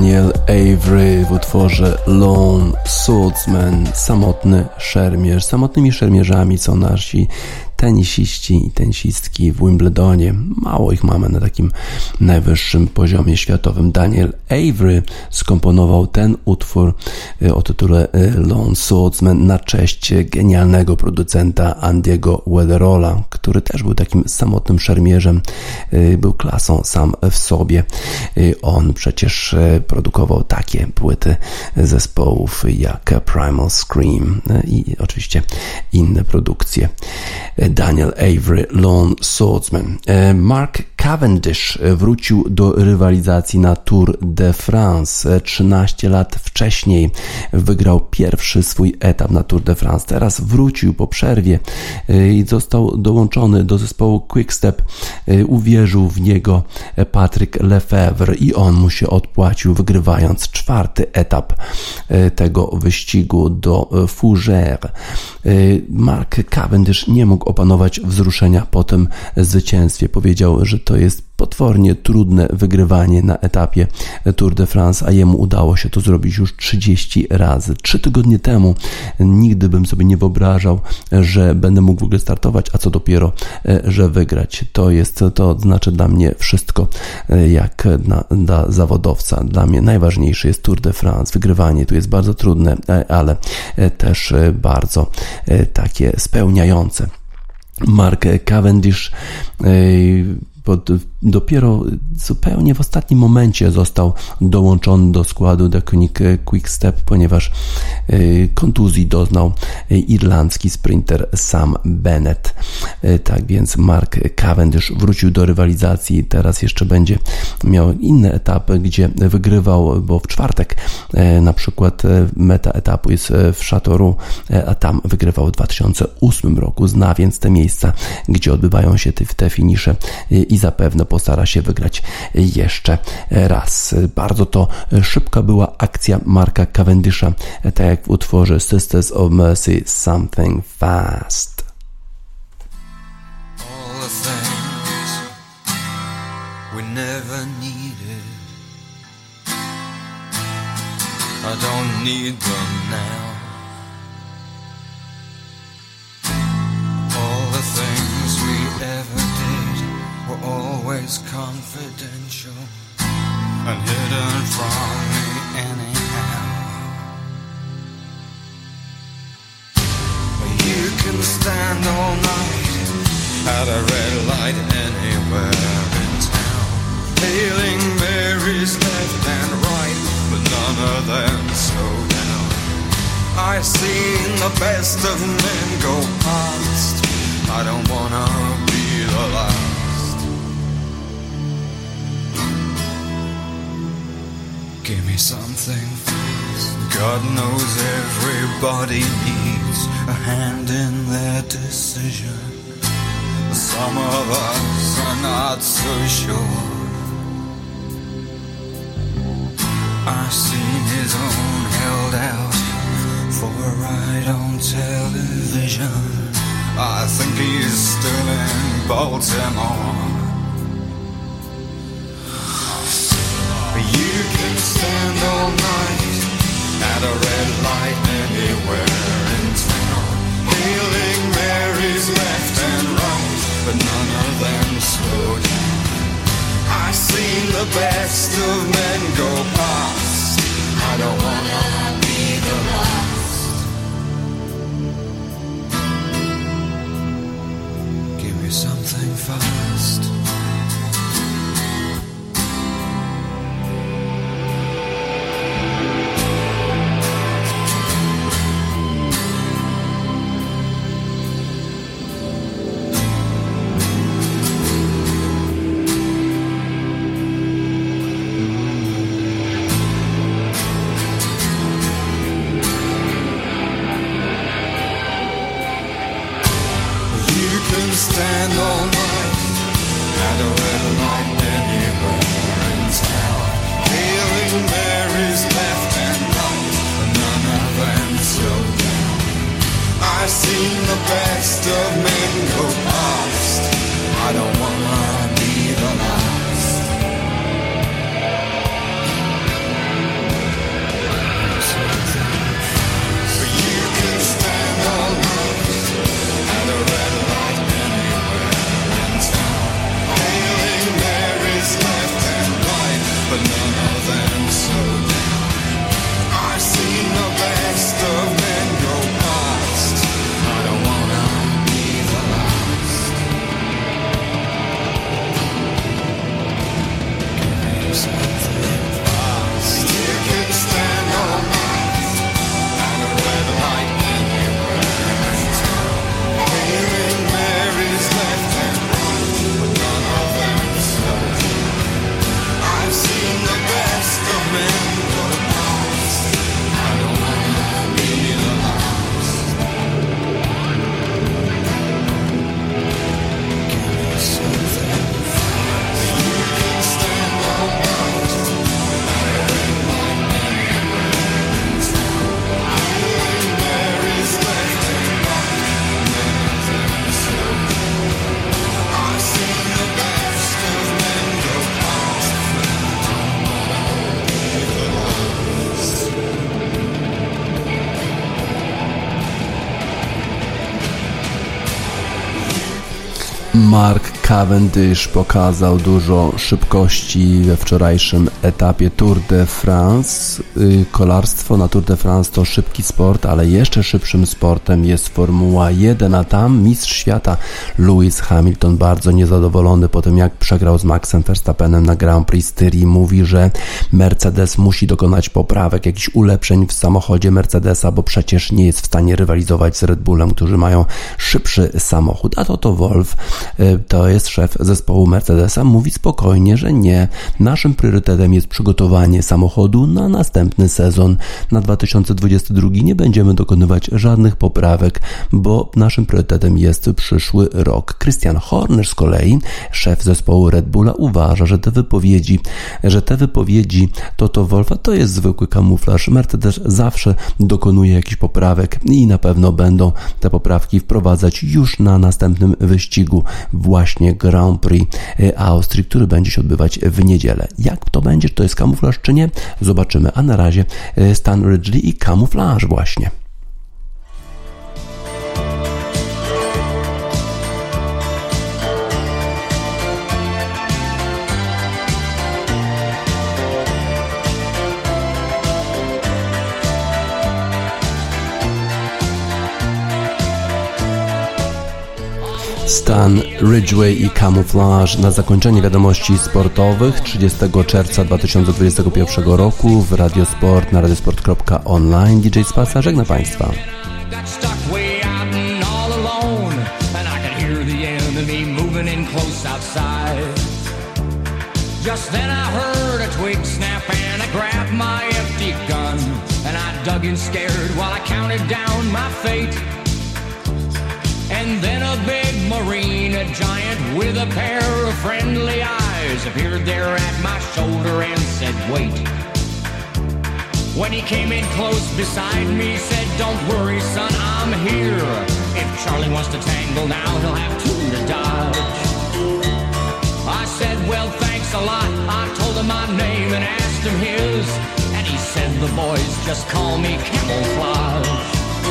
Daniel Avery w utworze Lone Swordsman, samotny szermierz. Samotnymi szermierzami są nasi tenisiści i tenisistki w Wimbledonie. Mało ich mamy na takim najwyższym poziomie światowym. Daniel Avery skomponował ten utwór o tytule Lone Swordsman na cześć genialnego producenta Andiego Weatherola, który też był takim samotnym szermierzem, był klasą sam w sobie. On przecież produkował takie płyty zespołów jak Primal Scream i oczywiście inne produkcje. Daniel Avery, Lone Swordsman. Mark Cavendish wrócił do rywalizacji na Tour de France. trzynaście lat wcześniej wygrał pierwszy swój etap na Tour de France. Teraz wrócił po przerwie i został dołączony do zespołu Quickstep. Uwierzył w niego Patrick Lefevre i on mu się odpłacił, wygrywając czwarty etap tego wyścigu do Fougères. Mark Cavendish nie mógł opanować wzruszenia po tym zwycięstwie. Powiedział, że to jest potwornie trudne wygrywanie na etapie Tour de France, a jemu udało się to zrobić już trzydzieści razy. Trzy tygodnie temu nigdy bym sobie nie wyobrażał, że będę mógł w ogóle startować, a co dopiero, że wygrać. To jest, to znaczy dla mnie wszystko jak dla, dla zawodowca. Dla mnie najważniejszy jest Tour de France. Wygrywanie tu jest bardzo trudne, ale też bardzo takie spełniające. Mark Cavendish Pod, dopiero zupełnie w ostatnim momencie został dołączony do składu Deceuninck Quickstep, ponieważ y, kontuzji doznał y, irlandzki sprinter Sam Bennett. Y, tak więc Mark Cavendish wrócił do rywalizacji. Teraz jeszcze będzie miał inne etapy, gdzie wygrywał, bo w czwartek y, na przykład y, meta etapu jest y, w Châteauroux, y, a tam wygrywał w dwa tysiące ósmym roku. Zna więc te miejsca, gdzie odbywają się te, te finisze y, i zapewne postara się wygrać jeszcze raz. Bardzo to szybka była akcja Marka Cavendisha, tak jak w utworze Sisters of Mercy, Something Fast. All the things we never needed, I don't need them now. All the things we ever did were always confidential and hidden from me anyhow. You can stand all night at a red light anywhere in town, hailing Mary's left and right, but none of them slow down. I've seen the best of men go past, I don't wanna be the last. Give me something fast. God knows everybody needs a hand in their decision. Some of us are not so sure. I've seen his own held out for a ride on television. I think he's still in Baltimore. You can stand all night at a red light anywhere in town, hailing Mary's left and right, but none of them slow down. I've seen the best of men go past, I don't wanna be the last. Give me something fast. Mark Cavendish pokazał dużo szybkości we wczorajszym etapie Tour de France. Kolarstwo na Tour de France to szybki sport, ale jeszcze szybszym sportem jest Formuła jeden, a tam mistrz świata Lewis Hamilton, bardzo niezadowolony po tym, jak przegrał z Maxem Verstappenem na Grand Prix Styrii, mówi, że Mercedes musi dokonać poprawek, jakichś ulepszeń w samochodzie Mercedesa, bo przecież nie jest w stanie rywalizować z Red Bullem, którzy mają szybszy samochód. A to to Wolff, to jest szef zespołu Mercedesa, mówi spokojnie, że nie. Naszym priorytetem jest przygotowanie samochodu na następny sezon. Na dwa tysiące dwudziesty drugi nie będziemy dokonywać żadnych poprawek, bo naszym priorytetem jest przyszły rok. Christian Horner z kolei, szef zespołu Red Bulla, uważa, że te wypowiedzi, że te wypowiedzi Toto Wolffa to jest zwykły kamuflaż. Mercedes zawsze dokonuje jakichś poprawek i na pewno będą te poprawki wprowadzać już na następnym wyścigu, właśnie Grand Prix Austrii, który będzie się odbywać w niedzielę. Jak to będzie, czy to jest kamuflaż, czy nie? Zobaczymy, a na razie Stan Ridgely i kamuflaż właśnie. Stan Ridgway i Camouflage na zakończenie wiadomości sportowych trzydziestego czerwca dwa tysiące dwudziestego pierwszego roku w Radio Sport na radiosport kropka online. D J Spasa żegna Państwa. Just then I heard a twig snap and I grabbed my empty gun and I dug in scared while I counted down my fate. And then a big marine, a giant with a pair of friendly eyes, appeared there at my shoulder and said, wait. When he came in close beside me, said, don't worry son, I'm here. If Charlie wants to tangle now, he'll have two to dodge. I said, well, thanks a lot. I told him my name and asked him his, and he said, the boys just call me Camouflage.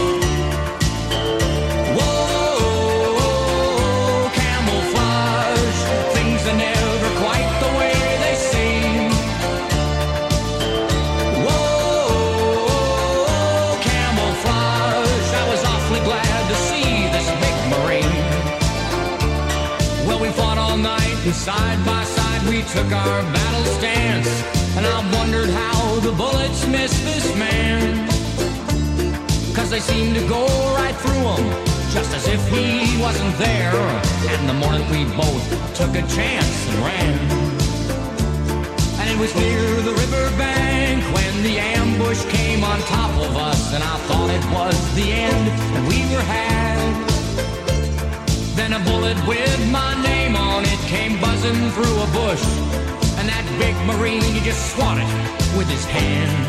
Side by side we took our battle stance, and I wondered how the bullets missed this man, cause they seemed to go right through him, just as if he wasn't there. And the morning we both took a chance and ran, and it was near the river bank when the ambush came on top of us, and I thought it was the end and we were had. Then a bullet with my name on it came buzzing through a bush, and that big Marine, he just swatted with his hand,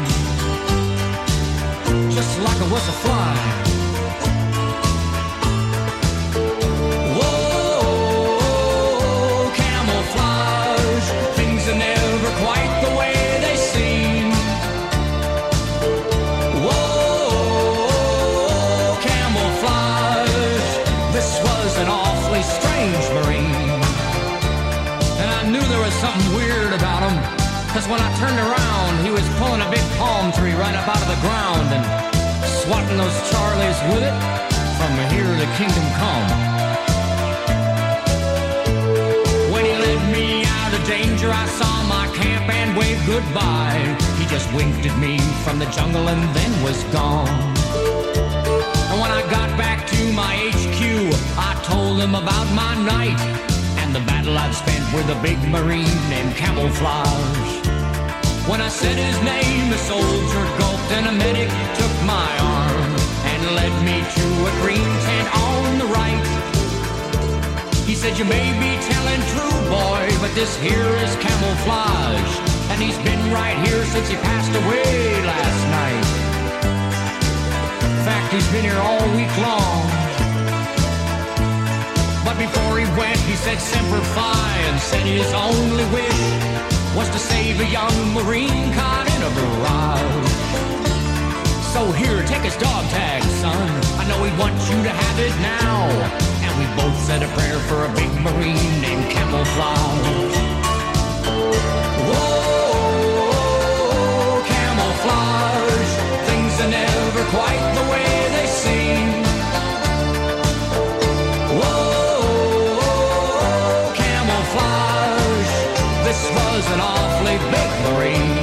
just like it was a fly. Whoa, camouflage, things are never quite the way they seem. Whoa, camouflage, this was an awfully strange Marine, and I knew there was something weird about him, cause when I turned around he was pulling a big palm tree right up out of the ground and swatting those Charlies with it from here to kingdom come. When he led me out of danger, I saw my camp and waved goodbye. He just winked at me from the jungle and then was gone. And when I got back to my H Q, I told him about my night and the battle I'd spent with a big Marine named Camouflage. When I said his name, the soldier gulped and a medic took my arm and led me to a green tent on the right. He said, you may be telling true, boy, but this here is Camouflage, and he's been right here since he passed away last night. In fact, he's been here all week long. But before he went, he said Semper Fi and said his only wish was to save a young Marine caught in a barrage. So here, take his dog tag, son. I know he wants you to have it now, and we both said a prayer for a big Marine named Camouflage. Whoa, camouflage, things are never quite the way they seem. Whoa, camouflage, this was an awfully big Marine.